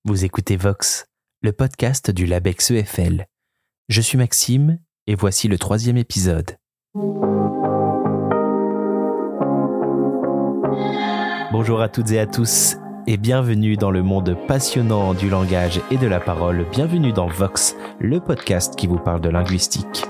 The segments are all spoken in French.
Vous écoutez Vox, le podcast du LabEx EFL. Je suis Maxime et voici le 3e épisode. Bonjour à toutes et à tous et bienvenue dans le monde passionnant du langage et de la parole. Bienvenue dans Vox, le podcast qui vous parle de linguistique.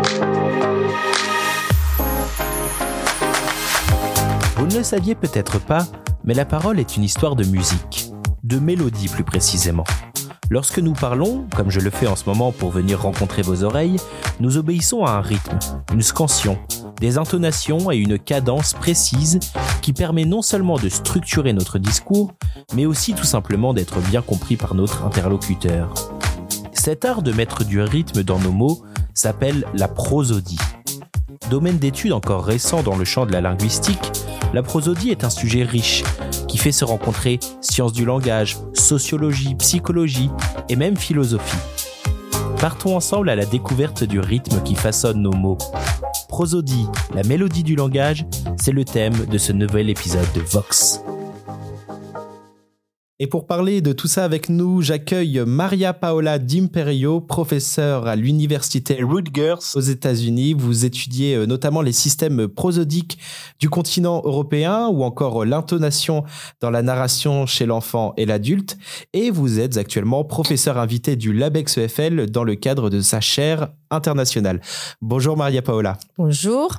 Vous ne le saviez peut-être pas, mais la parole est une histoire de musique. De mélodie plus précisément. Lorsque nous parlons, comme je le fais en ce moment pour venir rencontrer vos oreilles, nous obéissons à un rythme, une scansion, des intonations et une cadence précise qui permet non seulement de structurer notre discours, mais aussi tout simplement d'être bien compris par notre interlocuteur. Cet art de mettre du rythme dans nos mots s'appelle la prosodie. Domaine d'étude encore récent dans le champ de la linguistique, la prosodie est un sujet riche qui fait se rencontrer sciences du langage, sociologie, psychologie et même philosophie. Partons ensemble à la découverte du rythme qui façonne nos mots. Prosodie, la mélodie du langage, c'est le thème de ce nouvel épisode de Vox. Et pour parler de tout ça avec nous, j'accueille Maria Paola D'Imperio, professeure à l'université Rutgers aux États-Unis. Vous étudiez notamment les systèmes prosodiques du continent européen ou encore l'intonation dans la narration chez l'enfant et l'adulte. Et vous êtes actuellement professeur invité du LabEx EFL dans le cadre de sa chaire internationale. Bonjour Maria Paola. Bonjour.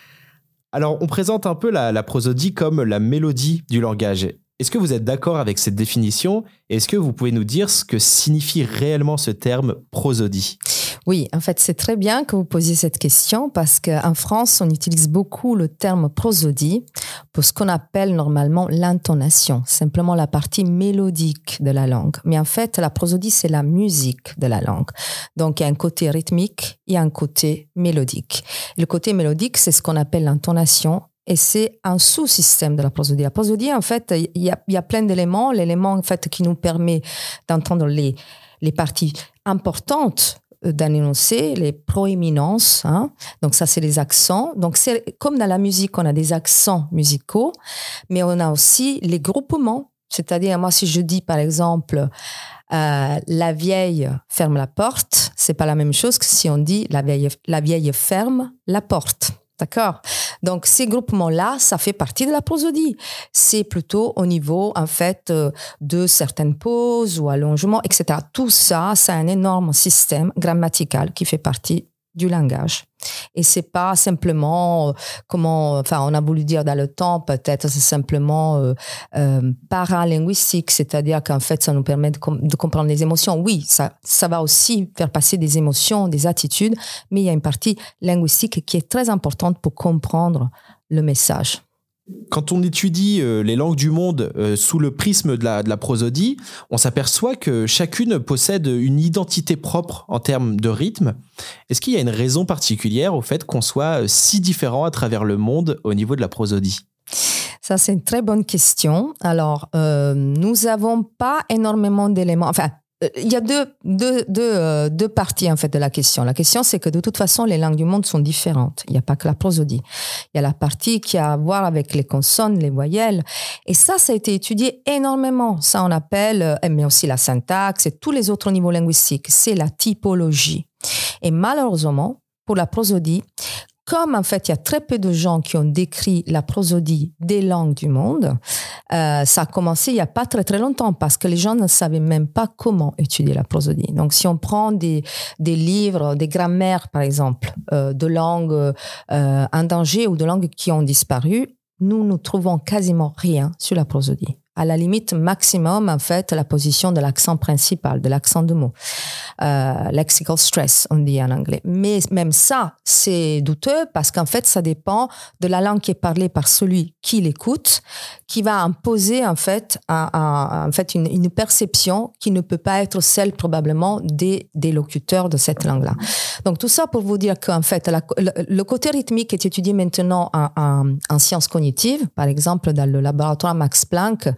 Alors, on présente un peu la prosodie comme la mélodie du langage. Est-ce que vous êtes d'accord avec cette définition ? Est-ce que vous pouvez nous dire ce que signifie réellement ce terme prosodie ? Oui, en fait, c'est très bien que vous posiez cette question parce qu'en France, on utilise beaucoup le terme prosodie pour ce qu'on appelle normalement l'intonation, simplement la partie mélodique de la langue. Mais en fait, la prosodie, c'est la musique de la langue. Donc, il y a un côté rythmique, il y a un côté mélodique. Le côté mélodique, c'est ce qu'on appelle l'intonation. Et c'est un sous-système de la prosodie. La prosodie, en fait, il y a plein d'éléments. L'élément, en fait, qui nous permet d'entendre les parties importantes d'un énoncé, les proéminences. Donc, ça, c'est les accents. Donc, c'est comme dans la musique, on a des accents musicaux, mais on a aussi les groupements. C'est-à-dire, moi, si je dis, par exemple, la vieille ferme la porte, c'est pas la même chose que si on dit la vieille ferme la porte. D'accord. Donc, ces groupements-là, ça fait partie de la prosodie. C'est plutôt au niveau, en fait, de certaines pauses ou allongements, etc. Tout ça, c'est un énorme système grammatical qui fait partie du langage. Et c'est pas simplement on a voulu dire dans le temps, peut-être c'est simplement paralinguistique, c'est-à-dire qu'en fait, ça nous permet de comprendre les émotions. Oui, ça va aussi faire passer des émotions, des attitudes, mais il y a une partie linguistique qui est très importante pour comprendre le message. Quand on étudie les langues du monde sous le prisme de la prosodie, on s'aperçoit que chacune possède une identité propre en termes de rythme. Est-ce qu'il y a une raison particulière au fait qu'on soit si différents à travers le monde au niveau de la prosodie ? Ça, c'est une très bonne question. Alors, nous n'avons pas énormément d'éléments. Enfin, il y a deux parties en fait de la question. La question, c'est que de toute façon, les langues du monde sont différentes. Il n'y a pas que la prosodie. Il y a la partie qui a à voir avec les consonnes, les voyelles. Et ça a été étudié énormément. Ça, on appelle, mais aussi la syntaxe et tous les autres niveaux linguistiques. C'est la typologie. Et malheureusement, pour la prosodie, comme en fait il y a très peu de gens qui ont décrit la prosodie des langues du monde, ça a commencé il n'y a pas très très longtemps parce que les gens ne savaient même pas comment étudier la prosodie. Donc si on prend des livres, des grammaires par exemple, de langues en danger ou de langues qui ont disparu, nous ne trouvons quasiment rien sur la prosodie. À la limite maximum, en fait, la position de l'accent principal, de l'accent de mots. Lexical stress, on dit en anglais. Mais même ça, c'est douteux parce qu'en fait, ça dépend de la langue qui est parlée par celui qui l'écoute, qui va imposer, en fait, une perception qui ne peut pas être celle, probablement, des locuteurs de cette langue-là. Donc, tout ça pour vous dire qu'en fait, le côté rythmique est étudié maintenant en sciences cognitives. Par exemple, dans le laboratoire Max Planck,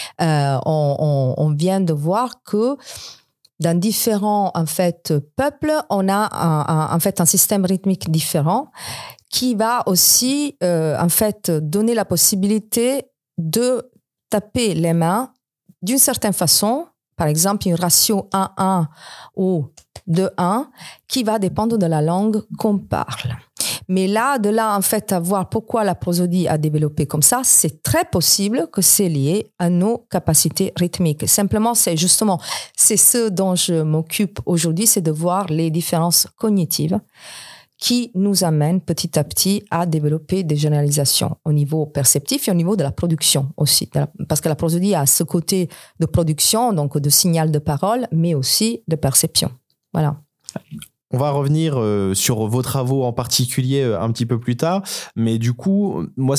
on vient de voir que dans différents peuples, on a un système rythmique différent qui va aussi donner la possibilité de taper les mains d'une certaine façon par exemple, une ratio 1-1 ou 2-1 qui va dépendre de la langue qu'on parle. Mais là, de là, en fait, à voir pourquoi la prosodie a développé comme ça, c'est très possible que c'est lié à nos capacités rythmiques. Simplement, c'est ce dont je m'occupe aujourd'hui, c'est de voir les différences cognitives qui nous amènent petit à petit à développer des généralisations au niveau perceptif et au niveau de la production aussi. Parce que la prosodie a ce côté de production, donc de signal de parole, mais aussi de perception. Voilà. On va revenir sur vos travaux en particulier un petit peu plus tard, mais du coup, moi,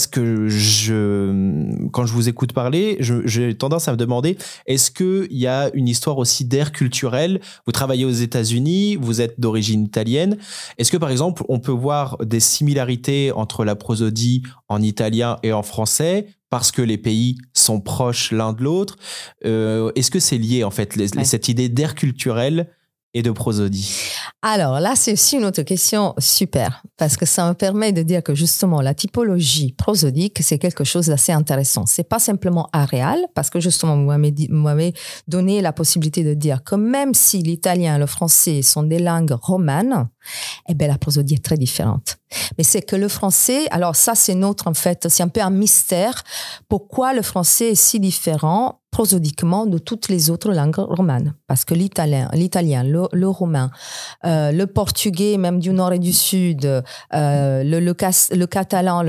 quand je vous écoute parler, j'ai tendance à me demander, est-ce qu'il y a une histoire aussi d'aire culturelle ? Vous travaillez aux États-Unis, vous êtes d'origine italienne. Est-ce que, par exemple, on peut voir des similarités entre la prosodie en italien et en français ? Parce que les pays sont proches l'un de l'autre. Est-ce que c'est lié, en fait, cette idée d'aire culturelle et de prosodie? Alors là, c'est aussi une autre question super, parce que ça me permet de dire que justement, la typologie prosodique, c'est quelque chose d'assez intéressant. C'est pas simplement aréal, parce que justement, vous m'avez donné la possibilité de dire que même si l'italien et le français sont des langues romanes, eh bien, la prosodie est très différente. Mais c'est que le français, alors ça, c'est en fait, c'est un peu un mystère. Pourquoi le français est si différent prosodiquement de toutes les autres langues romanes? Parce que l'italien, le romain, le portugais, même du nord et du sud, le catalan,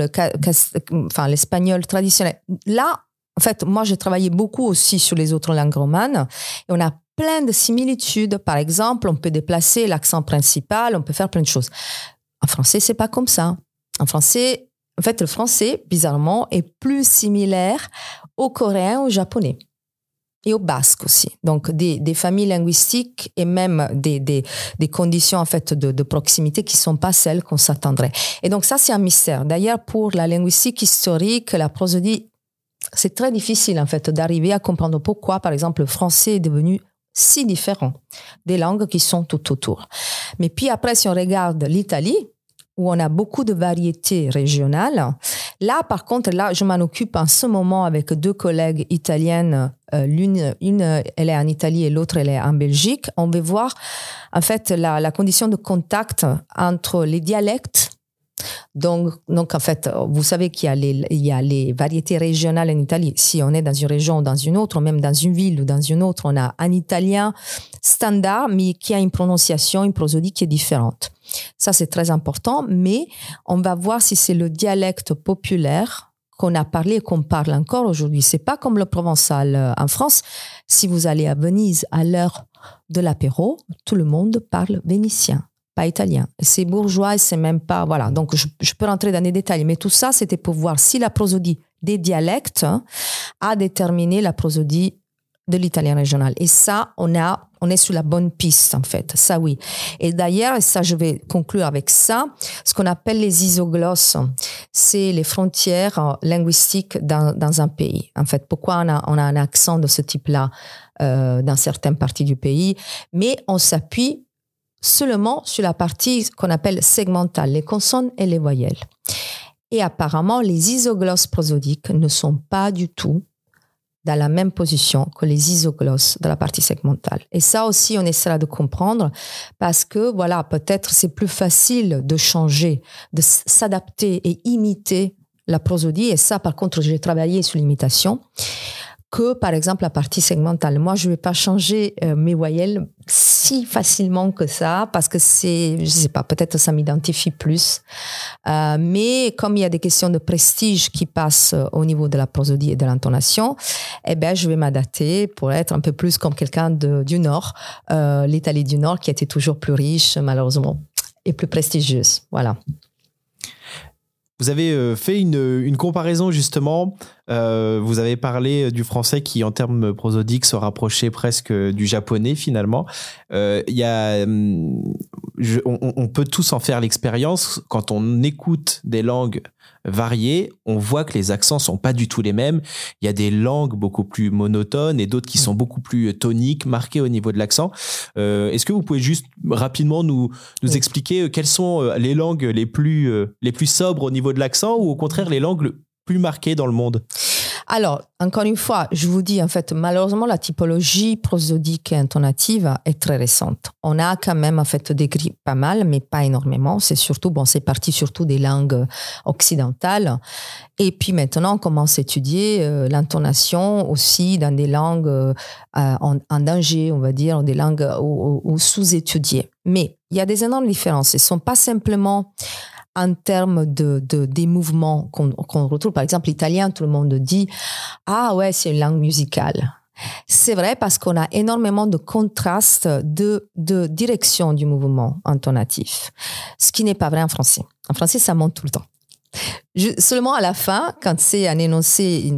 enfin, l'espagnol traditionnel. Là, en fait, moi, j'ai travaillé beaucoup aussi sur les autres langues romanes et on a plein de similitudes. Par exemple, on peut déplacer l'accent principal, on peut faire plein de choses. En français, c'est pas comme ça. En fait, le français, bizarrement, est plus similaire au coréen, au japonais et au basque aussi. Donc, des familles linguistiques et même des conditions, en fait, de proximité qui sont pas celles qu'on s'attendrait. Et donc, ça, c'est un mystère. D'ailleurs, pour la linguistique historique, la prosodie, c'est très difficile, en fait, d'arriver à comprendre pourquoi, par exemple, le français est devenu si différent des langues qui sont tout autour. Mais puis après, si on regarde l'Italie, où on a beaucoup de variétés régionales, là, par contre, je m'en occupe en ce moment avec 2 collègues italiennes. Une, elle est en Italie et l'autre, elle est en Belgique. On veut voir, en fait, la condition de contact entre les dialectes. Donc, en fait, vous savez qu'il y a les variétés régionales en Italie. Si on est dans une région ou dans une autre, ou même dans une ville ou dans une autre, on a un italien standard, mais qui a une prononciation, une prosodie qui est différente. Ça, c'est très important, mais on va voir si c'est le dialecte populaire qu'on a parlé et qu'on parle encore aujourd'hui. C'est pas comme le provençal en France. Si vous allez à Venise à l'heure de l'apéro, tout le monde parle vénitien, pas italien. C'est bourgeois et c'est même pas... Voilà, donc je peux rentrer dans des détails, mais tout ça, c'était pour voir si la prosodie des dialectes a déterminé la prosodie de l'italien régional. Et ça, on est sur la bonne piste, en fait. Ça, oui. Et d'ailleurs, et ça, je vais conclure avec ça, ce qu'on appelle les isoglosses, c'est les frontières linguistiques dans un pays. En fait, pourquoi on a un accent de ce type-là dans certaines parties du pays, mais on s'appuie seulement sur la partie qu'on appelle segmentale, les consonnes et les voyelles. Et apparemment, les isoglosses prosodiques ne sont pas du tout dans la même position que les isoglosses de la partie segmentale. Et ça aussi, on essaiera de comprendre parce que, voilà, peut-être c'est plus facile de changer, de s'adapter et imiter la prosodie. Et ça, par contre, j'ai travaillé sur l'imitation que, par exemple, la partie segmentale. Moi, je ne vais pas changer mes voyelles si facilement que ça parce que c'est, je ne sais pas, peut-être ça m'identifie plus. Mais comme il y a des questions de prestige qui passent au niveau de la prosodie et de l'intonation, eh ben, je vais m'adapter pour être un peu plus comme quelqu'un du Nord, l'Italie du Nord qui était toujours plus riche, malheureusement, et plus prestigieuse. Voilà. Vous avez fait une comparaison justement, vous avez parlé du français qui en termes prosodiques se rapprochait presque du japonais finalement. On peut tous en faire l'expérience, quand on écoute des langues variées, on voit que les accents sont pas du tout les mêmes. Il y a des langues beaucoup plus monotones et d'autres qui sont beaucoup plus toniques, marquées au niveau de l'accent. Est-ce que vous pouvez juste rapidement nous expliquer quelles sont les langues les plus sobres au niveau de l'accent ou au contraire les langues plus marquées dans le monde? Alors, encore une fois, je vous dis, en fait, malheureusement, la typologie prosodique et intonative est très récente. On a quand même, en fait, décrit pas mal, mais pas énormément. C'est parti surtout des langues occidentales. Et puis maintenant, on commence à étudier l'intonation aussi dans des langues en danger, on va dire, des langues ou sous-étudiées. Mais il y a des énormes différences. Ce ne sont pas simplement en termes des mouvements qu'on retrouve. Par exemple, l'italien, tout le monde dit « Ah ouais, c'est une langue musicale ». C'est vrai parce qu'on a énormément de contrastes de direction du mouvement intonatif, ce qui n'est pas vrai en français. En français, ça monte tout le temps. Seulement à la fin, quand c'est un énoncé,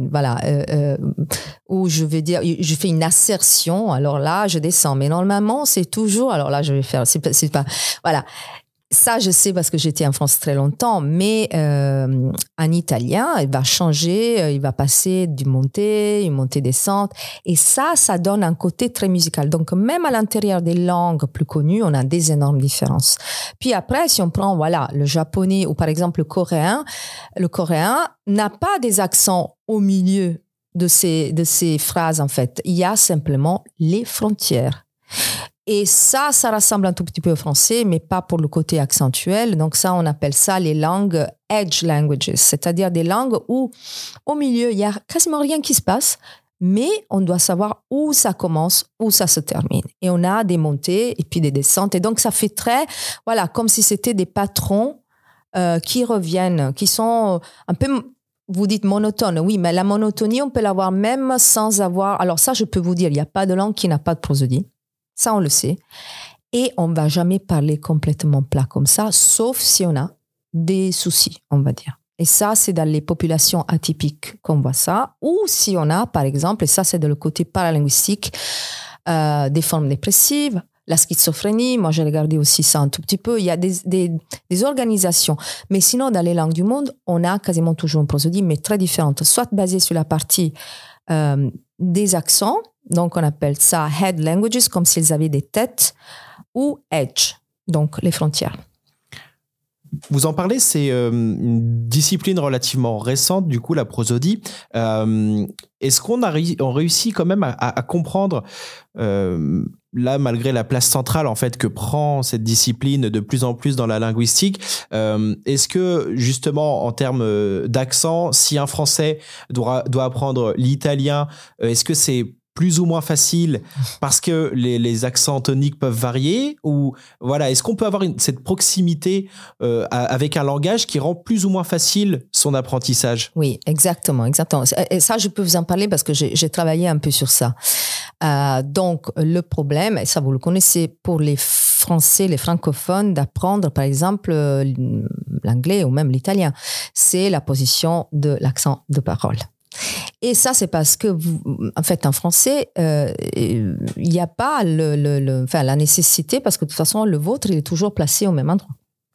où je fais une assertion, alors là, je descends. Mais normalement, c'est toujours, alors là, je vais faire, c'est pas, voilà. Ça, je sais parce que j'étais en France très longtemps, mais en italien, il va changer, il va passer une montée-descente. Et ça donne un côté très musical. Donc, même à l'intérieur des langues plus connues, on a des énormes différences. Puis après, si on prend le japonais ou par exemple le coréen n'a pas des accents au milieu de ces phrases, en fait. Il y a simplement les frontières. Et ça ressemble un tout petit peu au français, mais pas pour le côté accentuel. Donc ça, on appelle ça les langues edge languages, c'est-à-dire des langues où, au milieu, il y a quasiment rien qui se passe, mais on doit savoir où ça commence, où ça se termine. Et on a des montées et puis des descentes. Et donc, ça fait très, comme si c'était des patrons qui reviennent, qui sont un peu... Vous dites monotone, oui, mais la monotonie, on peut l'avoir même sans avoir... Alors ça, je peux vous dire, il n'y a pas de langue qui n'a pas de prosodie. Ça, on le sait. Et on ne va jamais parler complètement plat comme ça, sauf si on a des soucis, on va dire. Et ça, c'est dans les populations atypiques qu'on voit ça. Ou si on a, par exemple, et ça, c'est de le côté paralinguistique, des formes dépressives, la schizophrénie. Moi, j'ai regardé aussi ça un tout petit peu. Il y a des organisations. Mais sinon, dans les langues du monde, on a quasiment toujours une prosodie, mais très différente. Soit basée sur la partie des accents, donc on appelle ça head languages, comme s'ils avaient des têtes, ou edge, donc les frontières. Vous en parlez, c'est une discipline relativement récente, du coup, la prosodie. Est-ce qu'on on réussit quand même à comprendre, là, malgré la place centrale en fait que prend cette discipline de plus en plus dans la linguistique, est-ce que justement en termes d'accent, si un Français doit apprendre l'italien, est-ce que c'est plus ou moins facile parce que les accents toniques peuvent varier, ou est-ce qu'on peut avoir cette proximité avec un langage qui rend plus ou moins facile son apprentissage? Oui, exactement. Et ça, je peux vous en parler parce que j'ai travaillé un peu sur ça. Donc, le problème, et ça vous le connaissez, pour les Français, les francophones, d'apprendre, par exemple, l'anglais ou même l'italien, c'est la position de l'accent de parole. Et ça, c'est parce que, en fait, en français, il n'y a pas la nécessité, parce que de toute façon, le vôtre, il est toujours placé au même endroit.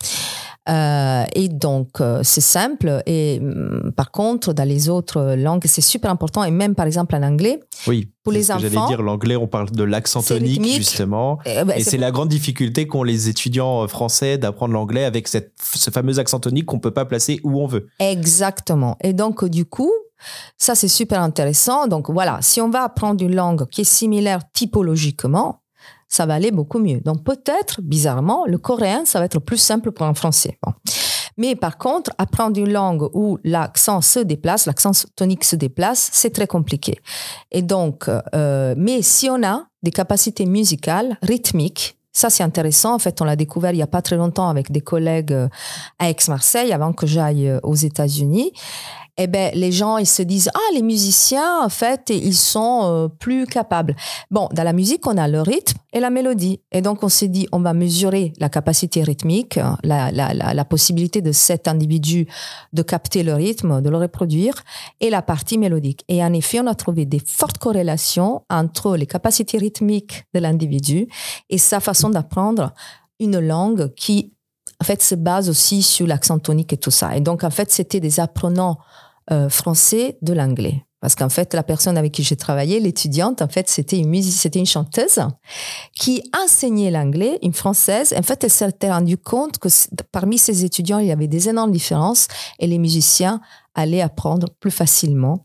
Et donc, c'est simple. Et par contre, dans les autres langues, c'est super important. Et même, par exemple, en anglais, oui, pour les enfants... J'allais dire, l'anglais, on parle de l'accent tonique, justement. Et c'est la grande difficulté qu'ont les étudiants français d'apprendre l'anglais avec ce fameux accent tonique qu'on ne peut pas placer où on veut. Exactement. Et donc, du coup, ça, c'est super intéressant. Donc, si on va apprendre une langue qui est similaire typologiquement, ça va aller beaucoup mieux. Donc, peut-être, bizarrement, le coréen, ça va être plus simple pour un français. Bon. Mais par contre, apprendre une langue où l'accent se déplace, l'accent tonique se déplace, c'est très compliqué. Et donc, mais si on a des capacités musicales, rythmiques, ça, c'est intéressant. En fait, on l'a découvert il n'y a pas très longtemps avec des collègues à Aix-Marseille, avant que j'aille aux États-Unis. Eh ben, les gens, ils se disent, les musiciens, en fait, ils sont plus capables. Bon, dans la musique, on a le rythme et la mélodie. Et donc, on s'est dit, on va mesurer la capacité rythmique, la possibilité de cet individu de capter le rythme, de le reproduire, et la partie mélodique. Et en effet, on a trouvé des fortes corrélations entre les capacités rythmiques de l'individu et sa façon d'apprendre une langue qui, en fait, se base aussi sur l'accent tonique et tout ça. Et donc, en fait, c'était des apprenants français de l'anglais. Parce qu'en fait, la personne avec qui j'ai travaillé, l'étudiante, en fait, c'était une chanteuse qui enseignait l'anglais, une Française. En fait, elle s'était rendue compte que parmi ses étudiants, il y avait des énormes différences et les musiciens allaient apprendre plus facilement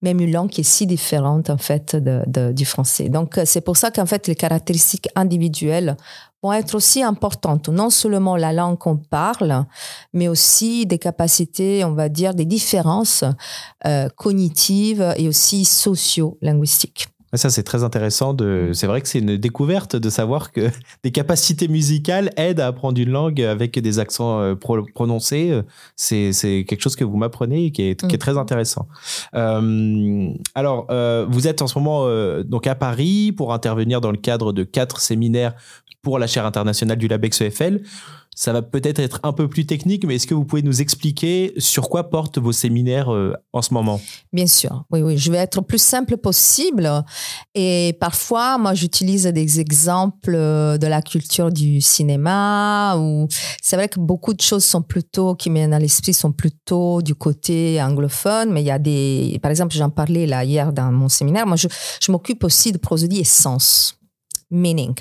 même une langue qui est si différente en fait du français. Donc c'est pour ça qu'en fait les caractéristiques individuelles vont être aussi importantes, non seulement la langue qu'on parle, mais aussi des capacités, on va dire, des différences cognitives et aussi socio-linguistiques. Ça, c'est très intéressant. C'est vrai que c'est une découverte de savoir que des capacités musicales aident à apprendre une langue avec des accents prononcés. C'est quelque chose que vous m'apprenez et qui est très intéressant. Alors, vous êtes en ce moment donc à Paris pour intervenir dans le cadre de 4 séminaires pour la chaire internationale du LabEx EFL. Ça va peut-être être un peu plus technique, mais est-ce que vous pouvez nous expliquer sur quoi portent vos séminaires en ce moment? Bien sûr, oui. Je vais être le plus simple possible. Et parfois, moi, j'utilise des exemples de la culture du cinéma. Où c'est vrai que beaucoup de choses qui me viennent à l'esprit sont plutôt du côté anglophone. Mais il y a par exemple, j'en parlais là hier dans mon séminaire. Moi, je m'occupe aussi de prosodie et sens, meaning.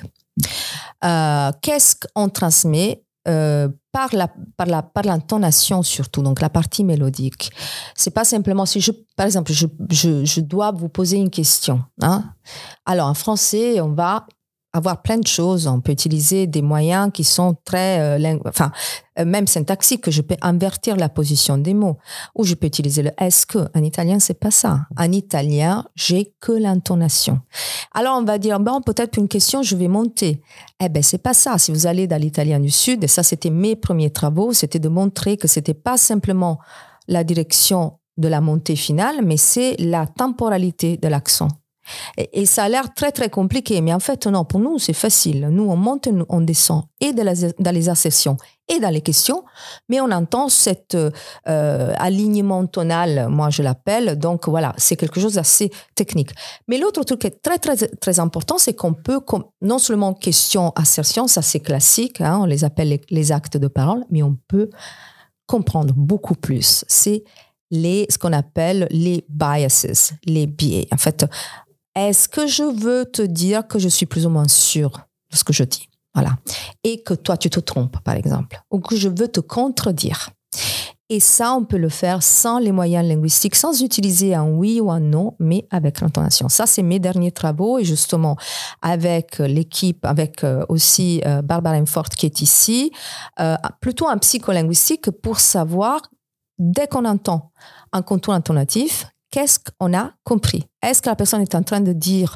Qu'est-ce qu'on transmet par l'intonation surtout, donc la partie mélodique. C'est pas simplement par exemple, je dois vous poser une question. Alors en français, on va avoir plein de choses. On peut utiliser des moyens qui sont très, même syntaxiques, que je peux invertir la position des mots. Ou je peux utiliser le est-ce que. En italien, c'est pas ça. En italien, j'ai que l'intonation. Alors, on va dire, peut-être une question, je vais monter. C'est pas ça. Si vous allez dans l'italien du Sud, et ça, c'était mes premiers travaux, c'était de montrer que c'était pas simplement la direction de la montée finale, mais c'est la temporalité de l'accent. Et ça a l'air très, très compliqué. Mais en fait, non, pour nous, c'est facile. Nous, on monte, on descend, et dans les assertions et dans les questions, mais on entend cet alignement tonal, moi, je l'appelle. Donc, voilà, c'est quelque chose d'assez technique. Mais l'autre truc qui est très, très, très important, c'est qu'on peut, non seulement question, assertion, ça, c'est classique, on les appelle les actes de parole, mais on peut comprendre beaucoup plus. C'est ce qu'on appelle les biases, les biais. En fait, est-ce que je veux te dire que je suis plus ou moins sûre de ce que je dis? Voilà. Et que toi, tu te trompes, par exemple. Ou que je veux te contredire. Et ça, on peut le faire sans les moyens linguistiques, sans utiliser un oui ou un non, mais avec l'intonation. Ça, c'est mes derniers travaux. Et justement, avec l'équipe, avec aussi Barbara Enfort qui est ici, plutôt un psycholinguistique pour savoir, dès qu'on entend un contour intonatif, qu'est-ce qu'on a compris? Est-ce que la personne est en train de dire,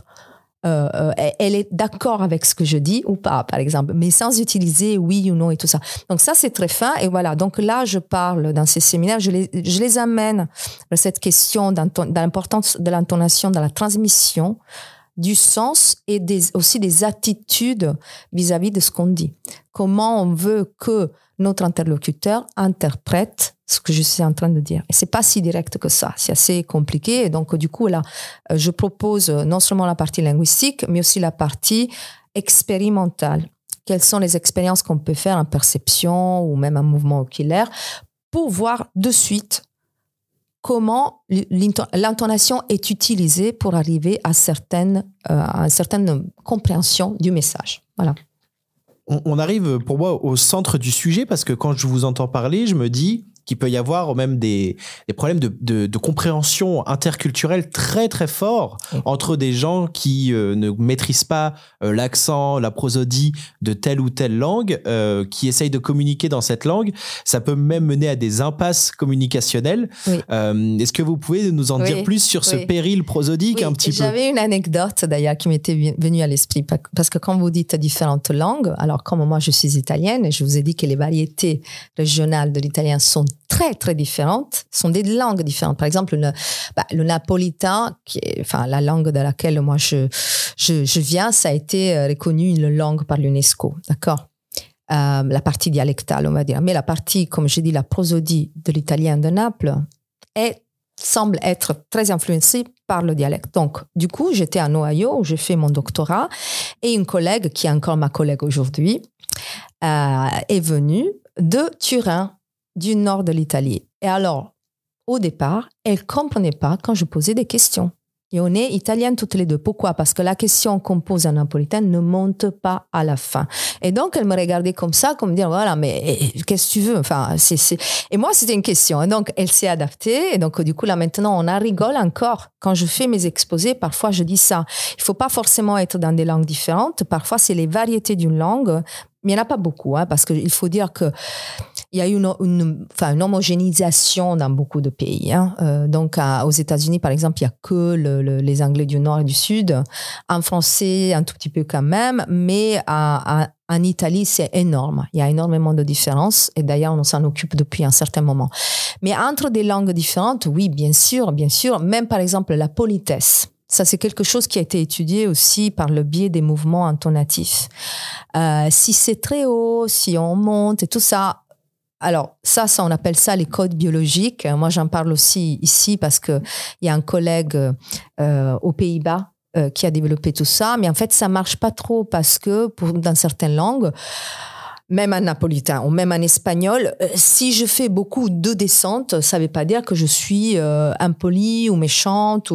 elle est d'accord avec ce que je dis ou pas, par exemple, mais sans utiliser oui ou non et tout ça. Donc ça, c'est très fin. Et voilà, donc là, je parle dans ces séminaires, je les amène à cette question de l'importance de l'intonation dans la transmission du sens et aussi des attitudes vis-à-vis de ce qu'on dit. Comment on veut que notre interlocuteur interprète ce que je suis en train de dire. Et c'est pas si direct que ça. C'est assez compliqué. Et donc, du coup, là, je propose non seulement la partie linguistique, mais aussi la partie expérimentale. Quelles sont les expériences qu'on peut faire en perception ou même en mouvement oculaire pour voir de suite comment l'intonation est utilisée pour arriver à une certaine compréhension du message. Voilà. On arrive pour moi au centre du sujet parce que quand je vous entends parler, je me dis qu'il peut y avoir même des problèmes de compréhension interculturelle très très forts entre des gens qui ne maîtrisent pas l'accent, la prosodie de telle ou telle langue, qui essayent de communiquer dans cette langue. Ça peut même mener à des impasses communicationnelles. Oui. Est-ce que vous pouvez nous en dire plus sur ce péril prosodique un petit peu? J'avais une anecdote d'ailleurs qui m'était venue à l'esprit parce que quand vous dites différentes langues, alors comme moi je suis italienne et je vous ai dit que les variétés régionales de l'italien sont très très différentes, sont des langues différentes. Par exemple, le napolitain, qui est, la langue de laquelle moi je viens, ça a été reconnu une langue par l'UNESCO, d'accord. La partie dialectale, on va dire. Mais la partie, comme j'ai dit, la prosodie de l'italien de Naples semble être très influencée par le dialecte. Donc, du coup, j'étais en Ohio où j'ai fait mon doctorat et une collègue, qui est encore ma collègue aujourd'hui, est venue de Turin, du nord de l'Italie. Et alors, au départ, elle ne comprenait pas quand je posais des questions. Et on est italiennes toutes les deux. Pourquoi? Parce que la question qu'on pose en napolitain ne monte pas à la fin. Et donc, elle me regardait comme ça, comme dire, voilà, mais qu'est-ce que tu veux? Enfin, Et moi, c'était une question. Et donc, elle s'est adaptée. Et donc, du coup, là, maintenant, on en rigole encore. Quand je fais mes exposés, parfois, je dis ça. Il ne faut pas forcément être dans des langues différentes. Parfois, c'est les variétés d'une langue. Mais il n'y en a pas beaucoup, parce qu'il faut dire que il y a eu une homogénéisation dans beaucoup de pays. Donc, aux États-Unis, par exemple, il n'y a que les Anglais du Nord et du Sud. En français, un tout petit peu quand même. Mais en Italie, c'est énorme. Il y a énormément de différences. Et d'ailleurs, on s'en occupe depuis un certain moment. Mais entre des langues différentes, oui, bien sûr, bien sûr. Même, par exemple, la politesse. Ça, c'est quelque chose qui a été étudié aussi par le biais des mouvements intonatifs. Si c'est très haut, si on monte et tout ça, alors ça, on appelle ça les codes biologiques. Moi, j'en parle aussi ici parce qu'il y a un collègue aux Pays-Bas qui a développé tout ça. Mais en fait, ça ne marche pas trop parce que dans certaines langues, même en napolitain ou même en espagnol, si je fais beaucoup de descentes, ça ne veut pas dire que je suis impolie ou méchante.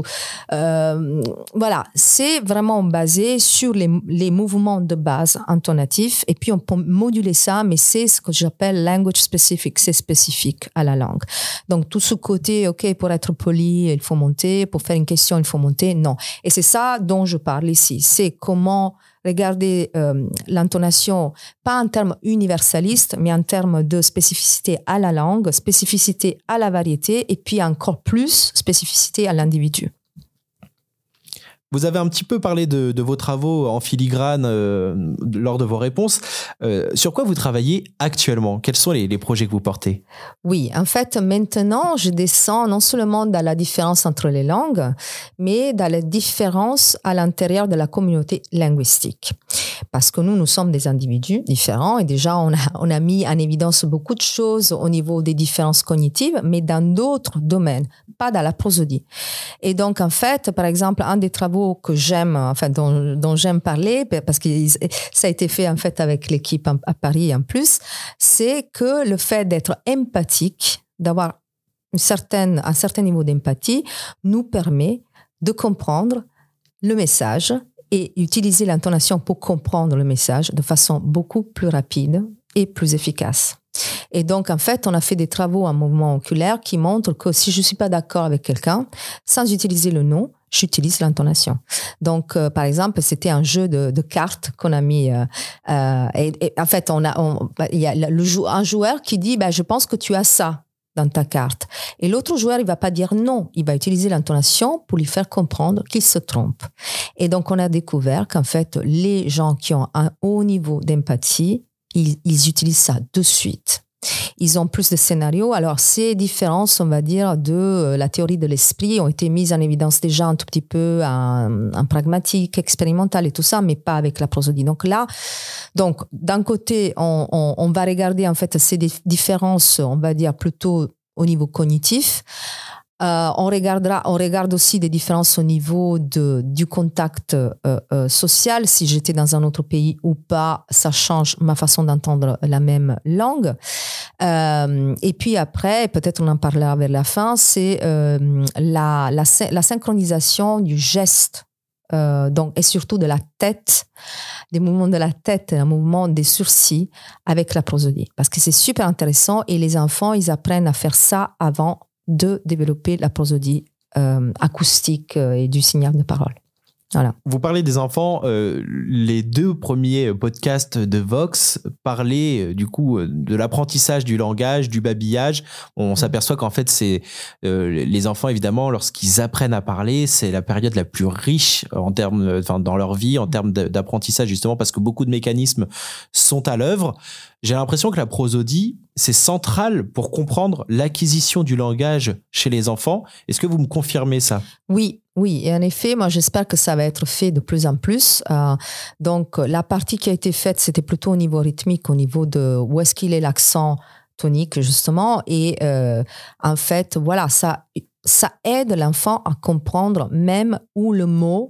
Voilà, c'est vraiment basé sur les mouvements de base intonatifs. Et puis, on peut moduler ça, mais c'est ce que j'appelle language specific, c'est spécifique à la langue. Donc, tout ce côté, OK, pour être poli, il faut monter. Pour faire une question, il faut monter. Non. Et c'est ça dont je parle ici. C'est comment regarder l'intonation, pas en termes universalistes, mais en termes de spécificité à la langue, spécificité à la variété, et puis encore plus spécificité à l'individu. Vous avez un petit peu parlé de vos travaux en filigrane lors de vos réponses. Sur quoi vous travaillez actuellement? Quels sont les projets que vous portez? Oui, en fait, maintenant, je descends non seulement dans la différence entre les langues, mais dans la différence à l'intérieur de la communauté linguistique. Parce que nous sommes des individus différents et déjà, on a mis en évidence beaucoup de choses au niveau des différences cognitives, mais dans d'autres domaines, pas dans la prosodie. Et donc, en fait, par exemple, un des travaux que j'aime, enfin, dont j'aime parler, parce que ça a été fait en fait avec l'équipe à Paris en plus, c'est que le fait d'être empathique, d'avoir un certain niveau d'empathie, nous permet de comprendre le message et utiliser l'intonation pour comprendre le message de façon beaucoup plus rapide et plus efficace. Et donc, en fait, on a fait des travaux en mouvement oculaire qui montrent que si je ne suis pas d'accord avec quelqu'un, sans utiliser le nom, j'utilise l'intonation. Donc, par exemple, c'était un jeu de cartes qu'on a mis. Et en fait, il y a un joueur qui dit je pense que tu as ça dans ta carte. Et l'autre joueur, il va pas dire non. Il va utiliser l'intonation pour lui faire comprendre qu'il se trompe. Et donc, on a découvert qu'en fait, les gens qui ont un haut niveau d'empathie, ils utilisent ça de suite. Ils ont plus de scénarios. Alors, ces différences, on va dire, de la théorie de l'esprit ont été mises en évidence déjà un tout petit peu en pragmatique, expérimental et tout ça, mais pas avec la prosodie. Donc là, d'un côté, on va regarder en fait ces différences, on va dire plutôt au niveau cognitif. On regarde aussi des différences au niveau du contact social. Si j'étais dans un autre pays ou pas, ça change ma façon d'entendre la même langue. Et puis après, peut-être on en parlera vers la fin, c'est la synchronisation du geste. Et surtout de la tête, des mouvements de la tête, un mouvement des sourcils avec la prosodie. Parce que c'est super intéressant et les enfants, ils apprennent à faire ça avant de développer la prosodie acoustique et du signal de parole. Voilà. Vous parlez des enfants, les 2 premiers podcasts de Vox parlaient du coup de l'apprentissage du langage, du babillage. On s'aperçoit qu'en fait, c'est les enfants, évidemment, lorsqu'ils apprennent à parler, c'est la période la plus riche en termes, dans leur vie, en termes d'apprentissage, justement, parce que beaucoup de mécanismes sont à l'œuvre. J'ai l'impression que la prosodie, c'est central pour comprendre l'acquisition du langage chez les enfants. Est-ce que vous me confirmez ça? Oui, et en effet, moi j'espère que ça va être fait de plus en plus. Donc la partie qui a été faite, c'était plutôt au niveau rythmique, au niveau de où est-ce qu'il est l'accent tonique justement. Et en fait, voilà, ça aide l'enfant à comprendre même où le mot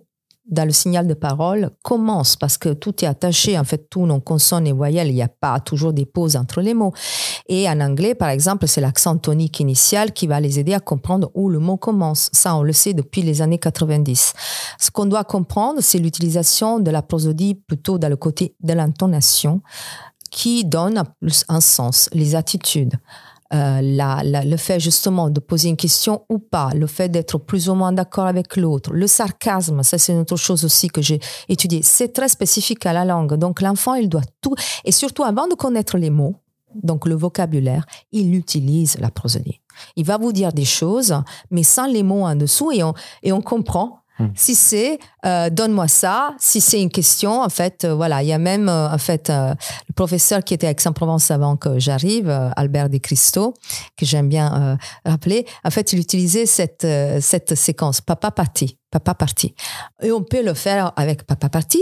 dans le signal de parole commence parce que tout est attaché, en fait, tous nos consonnes et voyelles, il n'y a pas toujours des pauses entre les mots. Et en anglais, par exemple, c'est l'accent tonique initial qui va les aider à comprendre où le mot commence. Ça, on le sait depuis les années 90. Ce qu'on doit comprendre, c'est l'utilisation de la prosodie plutôt dans le côté de l'intonation qui donne plus un sens, les attitudes. Le fait justement de poser une question ou pas, le fait d'être plus ou moins d'accord avec l'autre, le sarcasme, ça c'est une autre chose aussi que j'ai étudié, c'est très spécifique à la langue, donc l'enfant il doit tout, et surtout avant de connaître les mots, donc le vocabulaire, il utilise la prosodie. Il va vous dire des choses, mais sans les mots en dessous, et on comprend. Si c'est donne-moi ça, si c'est une question, en fait, voilà, il y a même le professeur qui était à Aix-en-Provence avant que j'arrive, Albert De Cristo, que j'aime bien rappeler. En fait, il utilisait cette séquence papa parti, et on peut le faire avec papa parti.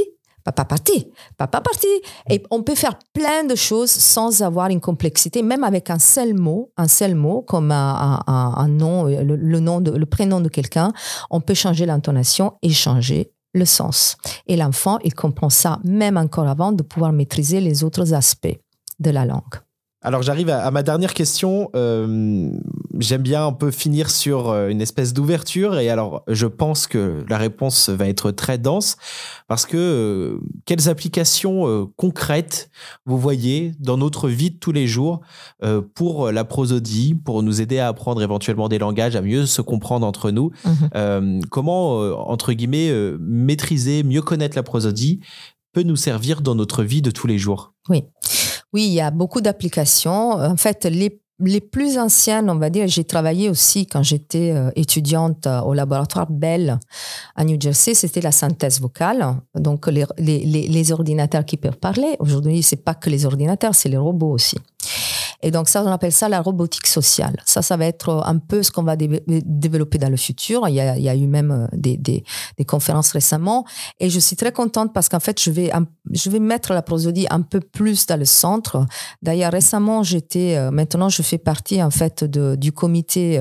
Et on peut faire plein de choses sans avoir une complexité, même avec un seul mot comme un nom, le prénom de quelqu'un, on peut changer l'intonation et changer le sens. Et l'enfant, il comprend ça même encore avant de pouvoir maîtriser les autres aspects de la langue. Alors j'arrive à ma dernière question. J'aime bien un peu finir sur une espèce d'ouverture, et alors je pense que la réponse va être très dense parce que quelles applications concrètes vous voyez dans notre vie de tous les jours pour la prosodie, pour nous aider à apprendre éventuellement des langages, à mieux se comprendre entre nous. Comment, entre guillemets, maîtriser, mieux connaître la prosodie peut nous servir dans notre vie de tous les jours? Oui, il y a beaucoup d'applications. En fait, les plus anciennes, on va dire, j'ai travaillé aussi quand j'étais étudiante au laboratoire Bell à New Jersey, c'était la synthèse vocale. Donc, les ordinateurs qui peuvent parler. Aujourd'hui, c'est pas que les ordinateurs, c'est les robots aussi. Et donc ça, on appelle ça la robotique sociale. Ça va être un peu ce qu'on va développer dans le futur. Il y a eu même des conférences récemment. Et je suis très contente parce qu'en fait, je vais mettre la prosodie un peu plus dans le centre. D'ailleurs, récemment, maintenant, je fais partie, en fait, du comité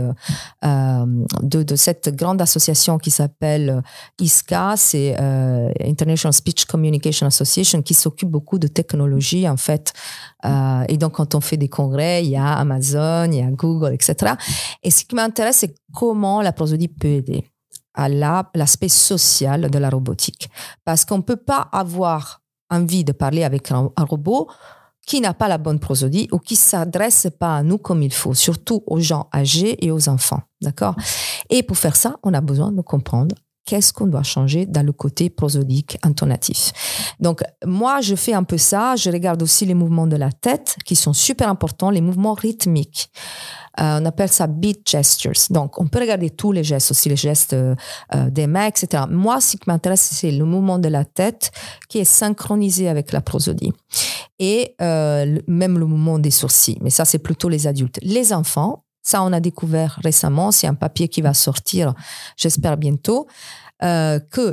de cette grande association qui s'appelle ISCA. C'est International Speech Communication Association, qui s'occupe beaucoup de technologie, en fait. Et donc, quand on fait des congrès, il y a Amazon, il y a Google, etc. Et ce qui m'intéresse, c'est comment la prosodie peut aider à l'aspect social de la robotique. Parce qu'on ne peut pas avoir envie de parler avec un robot qui n'a pas la bonne prosodie ou qui ne s'adresse pas à nous comme il faut, surtout aux gens âgés et aux enfants. D'accord ? Et pour faire ça, on a besoin de comprendre qu'est-ce qu'on doit changer dans le côté prosodique intonatif. Donc, moi, je fais un peu ça. Je regarde aussi les mouvements de la tête qui sont super importants, les mouvements rythmiques. On appelle ça beat gestures. Donc, on peut regarder tous les gestes, aussi les gestes des mains, etc. Moi, ce qui m'intéresse, c'est le mouvement de la tête qui est synchronisé avec la prosodie. Et même le mouvement des sourcils. Mais ça, c'est plutôt les adultes. Les enfants, ça, on a découvert récemment, c'est un papier qui va sortir, j'espère bientôt, que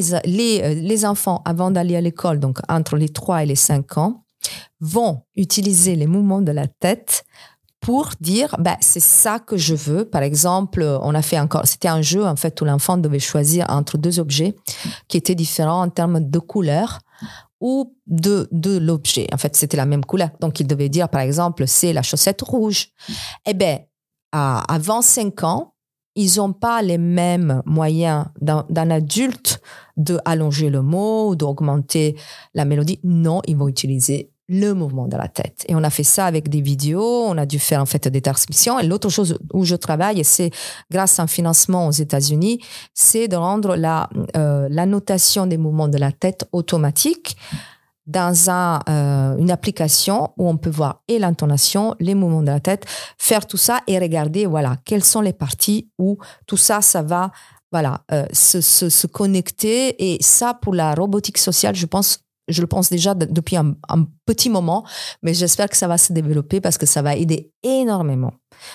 les enfants, avant d'aller à l'école, donc entre les 3 et les 5 ans, vont utiliser les mouvements de la tête pour dire, c'est ça que je veux. Par exemple, c'était un jeu, en fait, où l'enfant devait choisir entre 2 objets qui étaient différents en termes de couleur ou de l'objet. En fait, c'était la même couleur. Donc, il devait dire, par exemple, c'est la chaussette rouge. Eh bien, avant 5 ans, ils n'ont pas les mêmes moyens d'un adulte d'allonger le mot ou d'augmenter la mélodie. Non, ils vont utiliser le mouvement de la tête. Et on a fait ça avec des vidéos, on a dû faire en fait des transmissions. Et l'autre chose où je travaille, et c'est grâce à un financement aux États-Unis, c'est de rendre la notation des mouvements de la tête automatique dans une application où on peut voir et l'intonation, les mouvements de la tête, faire tout ça et regarder, voilà, quelles sont les parties où tout ça, ça va, voilà, se connecter. Et ça, pour la robotique sociale, je le pense déjà depuis un petit moment, mais j'espère que ça va se développer parce que ça va aider énormément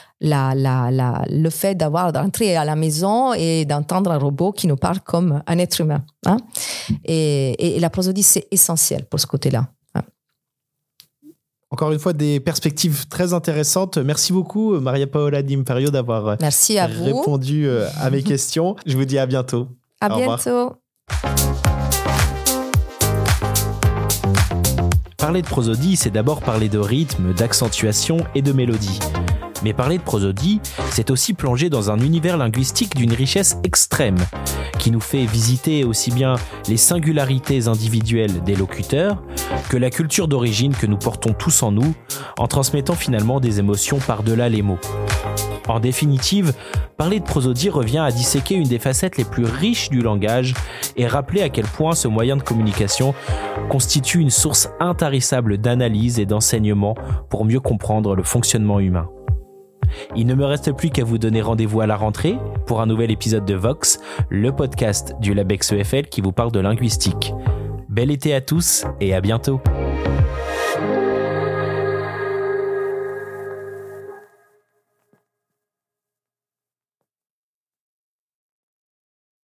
le fait d'entrer à la maison et d'entendre un robot qui nous parle comme un être humain. Hein? Et la prosodie, c'est essentiel pour ce côté-là. Hein? Encore une fois, des perspectives très intéressantes. Merci beaucoup, Maria Paola D'Imperio, d'avoir répondu à mes questions. Je vous dis à bientôt. À bientôt. Parler de prosodie, c'est d'abord parler de rythme, d'accentuation et de mélodie. Mais parler de prosodie, c'est aussi plonger dans un univers linguistique d'une richesse extrême, qui nous fait visiter aussi bien les singularités individuelles des locuteurs que la culture d'origine que nous portons tous en nous, en transmettant finalement des émotions par-delà les mots. En définitive, parler de prosodie revient à disséquer une des facettes les plus riches du langage et rappeler à quel point ce moyen de communication constitue une source intarissable d'analyse et d'enseignement pour mieux comprendre le fonctionnement humain. Il ne me reste plus qu'à vous donner rendez-vous à la rentrée pour un nouvel épisode de Vox, le podcast du LabEx EFL qui vous parle de linguistique. Bel été à tous et à bientôt.